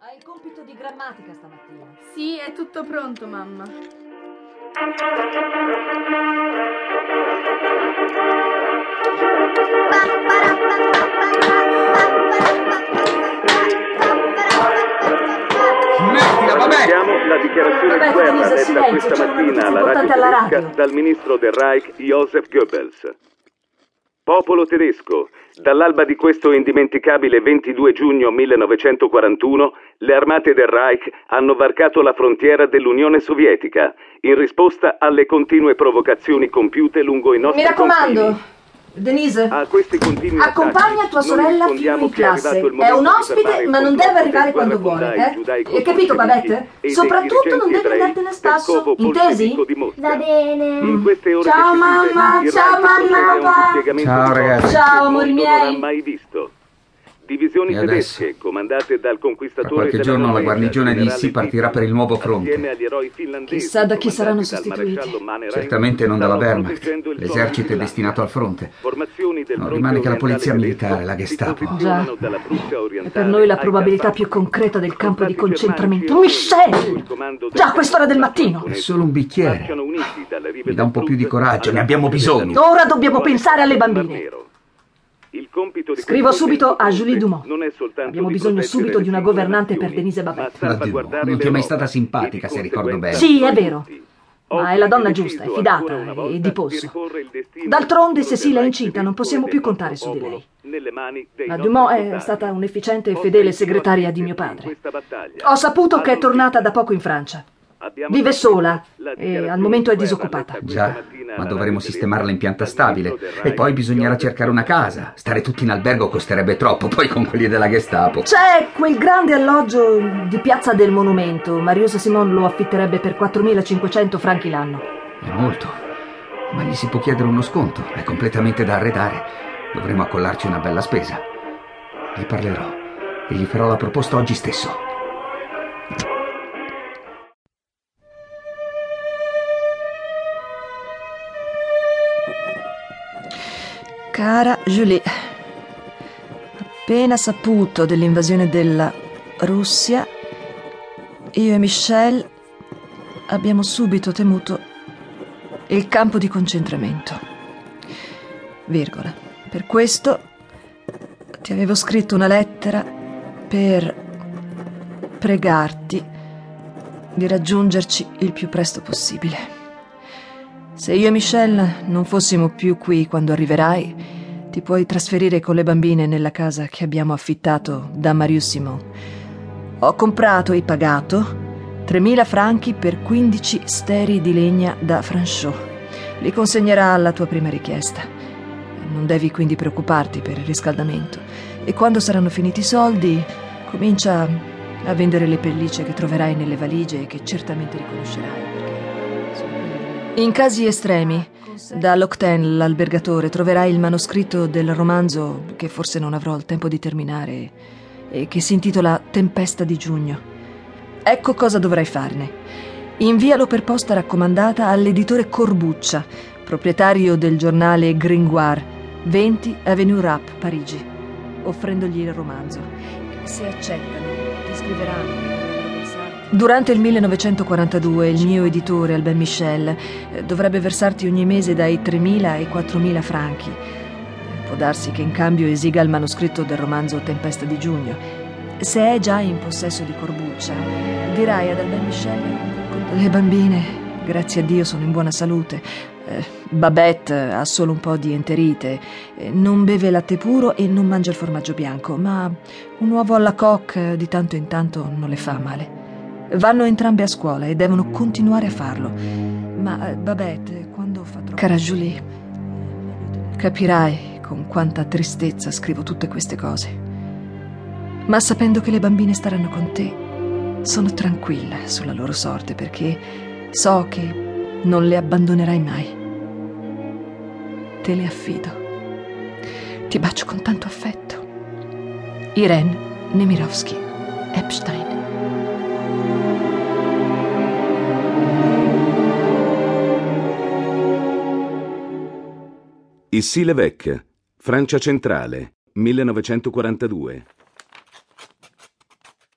Hai il compito di grammatica stamattina. Sì, è tutto pronto, mamma. Smettila, vabbè! Siamo la dichiarazione di guerra Denise, letta silenzio, questa c'è una mattina notizia alla radio importante alla tedesca radio. dal ministro del Reich Joseph Goebbels. Popolo tedesco, dall'alba di questo indimenticabile 22 giugno 1941, le armate del Reich hanno varcato la frontiera dell'Unione Sovietica in risposta alle continue provocazioni compiute lungo i nostri Mi raccomando, confini. Denise, A questi continui accompagna attacchi tua non sorella rispondiamo fino in che è classe. arrivato il È momento un di ospite, fermare il ma non deve complotto arrivare dei quando vuole, guerrafondai giudaico Hai capito, Babette? e dei Soprattutto non dirigenti devi ebrei andartene a del spasso, covo intesi? bolscevico di Mosca. Va bene. In queste ore Ciao, decisive, mamma. il Ciao, Reich procede a un mamma. dispiegamento Ciao, di ragazzi. forze Ciao, che il amori mondo non ha miei. mai visto. Divisioni E adesso? tedesche comandate dal Tra conquistatore qualche della giorno la Norvegia, guarnigione di generale Issi partirà Dietmar, per il nuovo assieme fronte. agli eroi finlandesi Chissà da chi saranno comandati dal sostituiti. maresciallo Mannerheim, Certamente non dalla stanno Wehrmacht. proteggendo il L'esercito è suolo di destinato al fronte. Formazioni del Non fronte rimane che la orientale polizia tedesco militare, la si Gestapo. posizionano Già. dalla Prussia È orientale per noi la ai probabilità Carpazi. più concreta del campo di Soldati concentramento. germanici e sotto Michel! il comando del Già a quest'ora del capo mattino. giapponese È solo un bicchiere. marciano uniti dalle rive Mi dà un po' del più di Prut coraggio, alla ne abbiamo foce del bisogno. Danubio, Ora dobbiamo quale pensare alle foce del Mar bambine. Nero. Il compito di Scrivo questo subito immenso a Julie fronte Dumont. non è soltanto Abbiamo di bisogno proteggere subito le di una singole governante per nazioni, Denise ma Babette. salvaguardare non ti è mai l'Europa stata simpatica, e di se ricordo conseguenza bene. Sì, è noi vero. tutti. Ma è la donna Oggi giusta, è deciso fidata ancora una volta e di di polso. riporre il destino D'altronde, del se futuro Cecilia è del incinta, non tedesco possiamo e più del nostro contare su di popolo lei. nelle mani dei La nostri Dumont è soldati. stata un'efficiente e Possa fedele il Signore segretaria di mio assisterci in padre. questa battaglia. Ho saputo che è tornata All'Olimpiade. da poco in Francia. Abbiamo Vive sentito sola la e dichiarazione al momento è di guerra disoccupata. letta Già, questa mattina ma alla dovremo radio sistemarla in pianta tedesca dal stabile. ministro del E poi Reich, bisognerà Joseph cercare una Goebbels. casa. Stare tutti in albergo costerebbe troppo, poi con quelli della Gestapo. C'è quel grande alloggio di Piazza del Monumento. Marius Simon lo affitterebbe per 4.500 franchi l'anno. È molto. Ma gli si può chiedere uno sconto. È completamente da arredare. Dovremo accollarci una bella spesa. Gli parlerò e gli farò la proposta oggi stesso. Cara Julie, appena saputo dell'invasione della Russia, io e Michel abbiamo subito temuto il campo di concentramento. Virgola. Per questo ti avevo scritto una lettera per pregarti di raggiungerci il più presto possibile. Se io e Michel non fossimo più qui quando arriverai, ti puoi trasferire con le bambine nella casa che abbiamo affittato da Marius Simon. Ho comprato e pagato 3.000 franchi per 15 steri di legna da Franchot. Li consegnerà alla tua prima richiesta. Non devi quindi preoccuparti per il riscaldamento. E quando saranno finiti i soldi, comincia a vendere le pellicce che troverai nelle valigie e che certamente riconoscerai. In casi estremi, da Loctin, l'albergatore, troverai il manoscritto del romanzo che forse non avrò il tempo di terminare e che si intitola Tempesta di giugno. Ecco cosa dovrai farne. Invialo per posta raccomandata all'editore Corbuccia, proprietario del giornale Gringoire, 20 Avenue Rapp, Parigi, offrendogli il romanzo. Se accettano, ti scriveranno. Durante il 1942 il mio editore, Albin Michel, dovrebbe versarti ogni mese dai 3.000 ai 4.000 franchi. Può darsi che in cambio esiga il manoscritto del romanzo Tempesta di giugno. Se è già in possesso di Corbuccia, dirai ad Albin Michel: le bambine, grazie a Dio, sono in buona salute. Babette ha solo un po' di enterite, non beve latte puro e non mangia il formaggio bianco, ma un uovo alla coque di tanto in tanto non le fa male. Vanno entrambe a scuola e devono continuare a farlo. Ma Babette, quando fa troppo... Cara Julie, capirai con quanta tristezza scrivo tutte queste cose. Ma sapendo che le bambine staranno con te, sono tranquilla sulla loro sorte, perché so che non le abbandonerai mai. Te le affido. Ti bacio con tanto affetto. Irene Nemirovsky Epstein. Issy Lévesque, Francia centrale, 1942.